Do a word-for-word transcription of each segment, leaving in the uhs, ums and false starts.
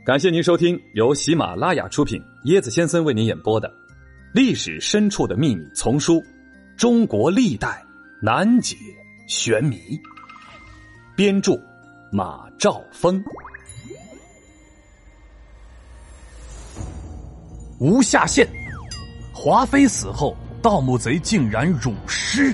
感谢您收听由喜马拉雅出品，椰子先生为您演播的《历史深处的秘密》丛书《中国历代难解玄谜》，编著马兆峰。 吴下县，华妃死后，盗墓贼竟然辱尸。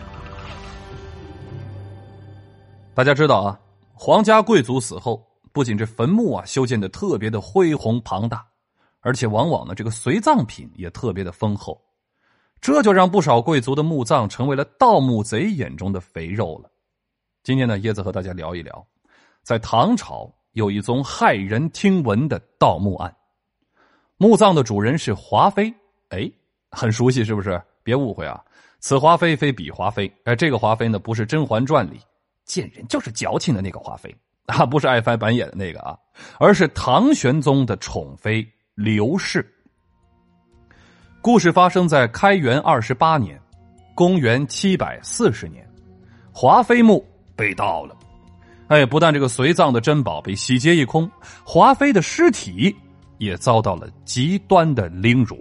大家知道啊，皇家贵族死后，不仅这坟墓啊修建的特别的恢宏庞大，而且往往呢这个随葬品也特别的丰厚，这就让不少贵族的墓葬成为了盗墓贼眼中的肥肉了。今天呢，椰子和大家聊一聊，在唐朝有一宗骇人听闻的盗墓案。墓葬的主人是华妃，哎，很熟悉是不是？别误会啊，此华妃非彼华妃。哎，这个华妃呢，不是《甄嬛传》里见人就是矫情的那个华妃啊，不是爱翻白眼的那个啊，而是唐玄宗的宠妃刘氏。故事发生在开元二十八年，公元七百四十年，华妃墓被盗了。哎，不但这个随葬的珍宝被洗劫一空，华妃的尸体也遭到了极端的凌辱。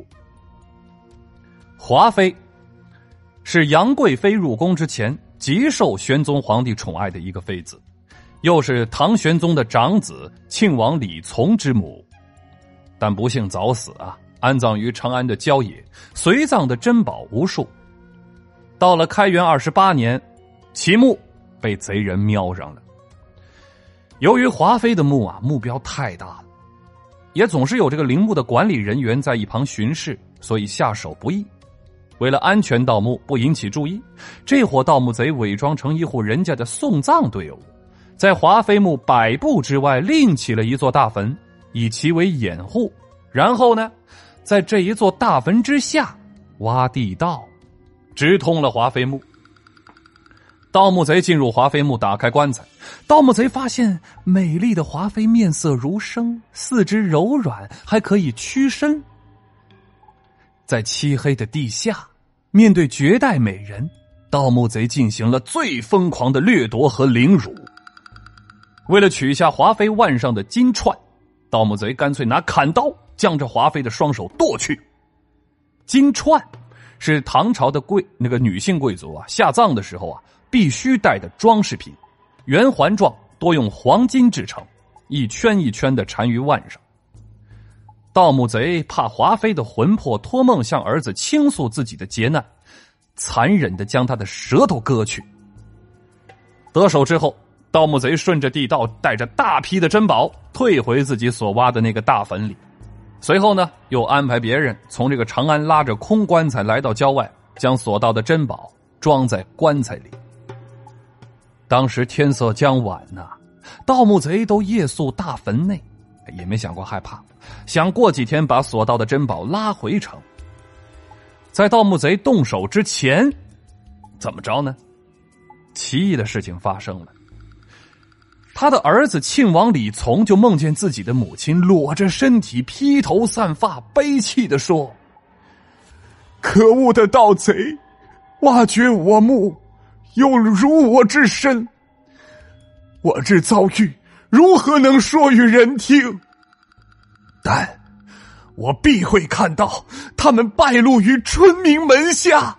华妃是杨贵妃入宫之前极受玄宗皇帝宠爱的一个妃子，又是唐玄宗的长子庆王李从之母，但不幸早死啊，安葬于长安的郊野，随葬的珍宝无数。到了开元二十八年，其墓被贼人瞄上了。由于华妃的墓啊目标太大了，也总是有这个陵墓的管理人员在一旁巡视，所以下手不易。为了安全盗墓不引起注意，这伙盗墓贼伪装成一户人家的送葬队伍，在华妃墓百步之外另起了一座大坟，以其为掩护，然后呢在这一座大坟之下挖地道，直通了华妃墓。盗墓贼进入华妃墓，打开棺材，盗墓贼发现美丽的华妃面色如生，四肢柔软，还可以屈伸。在漆黑的地下，面对绝代美人，盗墓贼进行了最疯狂的掠夺和凌辱。为了取下华妃腕上的金串，盗墓贼干脆拿砍刀将这华妃的双手剁去。金串是唐朝的贵那个女性贵族啊下葬的时候啊必须戴的装饰品，圆环状，多用黄金制成，一圈一圈的缠于腕上。盗墓贼怕华妃的魂魄托梦向儿子倾诉自己的劫难，残忍地将他的舌头割去。得手之后，盗墓贼顺着地道带着大批的珍宝退回自己所挖的那个大坟里。随后呢，又安排别人从这个长安拉着空棺材来到郊外，将所盗的珍宝装在棺材里。当时天色将晚呐，盗墓贼都夜宿大坟内，也没想过害怕，想过几天把所盗的珍宝拉回城。在盗墓贼动手之前，怎么着呢？奇异的事情发生了。他的儿子庆王李从就梦见自己的母亲裸着身体，披头散发，悲泣地说：可恶的盗贼，挖掘我墓，又辱我之身，我之遭遇如何能说与人听？但我必会看到他们败露于春明门下。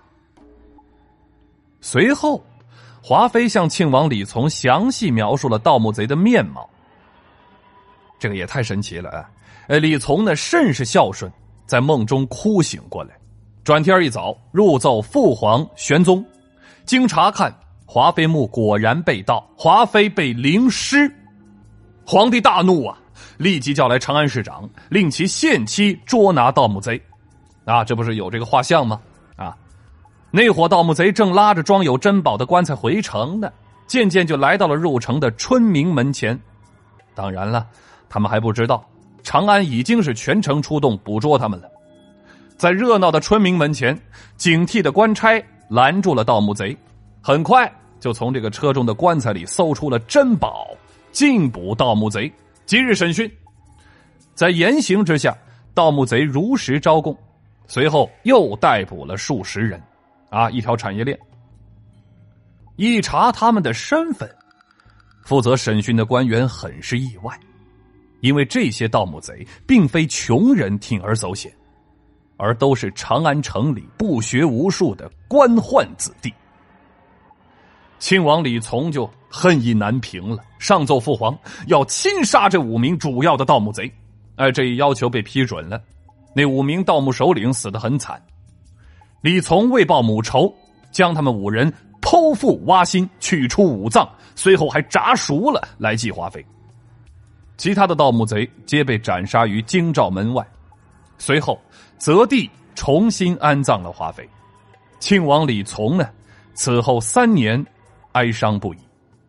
随后华妃向庆王李从详细描述了盗墓贼的面貌。这个也太神奇了啊！呃，李从呢甚是孝顺，在梦中哭醒过来，转天一早入奏父皇玄宗，经查看，华妃墓果然被盗，华妃被凌尸。皇帝大怒啊，立即叫来长安市长，令其限期捉拿盗墓贼。啊，这不是有这个画像吗？啊，那伙盗墓贼正拉着装有珍宝的棺材回城呢，渐渐就来到了入城的春明门前。当然了，他们还不知道长安已经是全城出动捕捉他们了。在热闹的春明门前，警惕的官差拦住了盗墓贼，很快就从这个车中的棺材里搜出了珍宝，禁捕盗墓贼，即日审讯。在严刑之下，盗墓贼如实招供，随后又逮捕了数十人，啊，一条产业链。一查他们的身份，负责审讯的官员很是意外， 因为这些盗墓贼并非穷人铤而走险，而都是长安城里不学无术的官宦子弟。亲王李从就恨意难平了，上奏父皇要亲杀这五名主要的盗墓贼。哎，这一要求被批准了，那五名盗墓首领死得很惨。李从为报母仇，将他们五人剖腹挖心，取出五脏，随后还炸熟了来计花费。其他的盗墓贼皆被斩杀于京兆门外，随后择地重新安葬了花费。庆王李从呢，此后三年哀伤不已。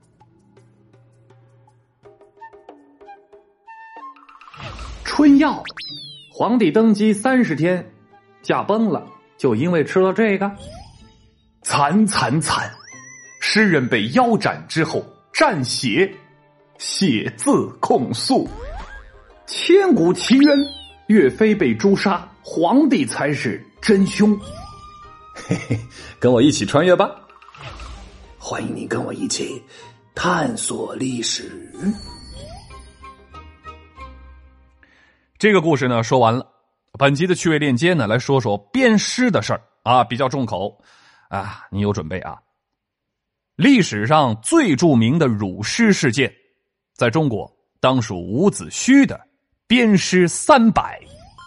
春药，皇帝登基三十天，驾崩了，就因为吃了这个。惨惨惨！诗人被腰斩之后蘸血，写字控诉。千古奇冤，岳飞被诛杀，皇帝才是真凶。嘿嘿，跟我一起穿越吧！欢迎你跟我一起探索历史。 这个故事呢说完了，本集的趣味链接呢来说说鞭尸的事儿啊，比较重口啊，你有准备啊。历史上最著名的辱尸事件，在中国当属伍子胥的鞭尸三百。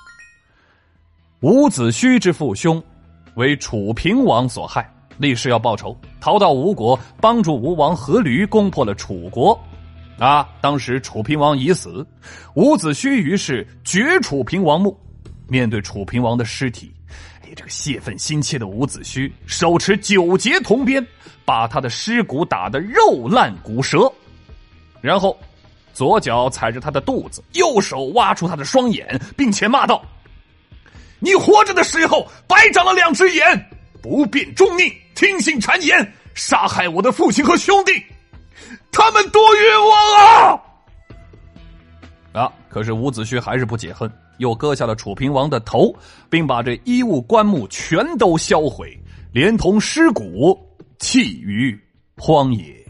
伍子胥之父兄为楚平王所害，立誓要报仇，逃到吴国，帮助吴王阖闾攻破了楚国。啊，当时楚平王已死，伍子胥于是掘楚平王墓。面对楚平王的尸体，哎，这个泄愤心切的伍子胥手持九节铜鞭，把他的尸骨打得肉烂骨折，然后左脚踩着他的肚子，右手挖出他的双眼，并且骂道：你活着的时候白长了两只眼，不辨忠佞，听信谗言，杀害我的父亲和兄弟，他们多冤枉啊！啊！可是伍子胥还是不解恨，又割下了楚平王的头，并把这衣物棺木全都销毁，连同尸骨弃于荒野。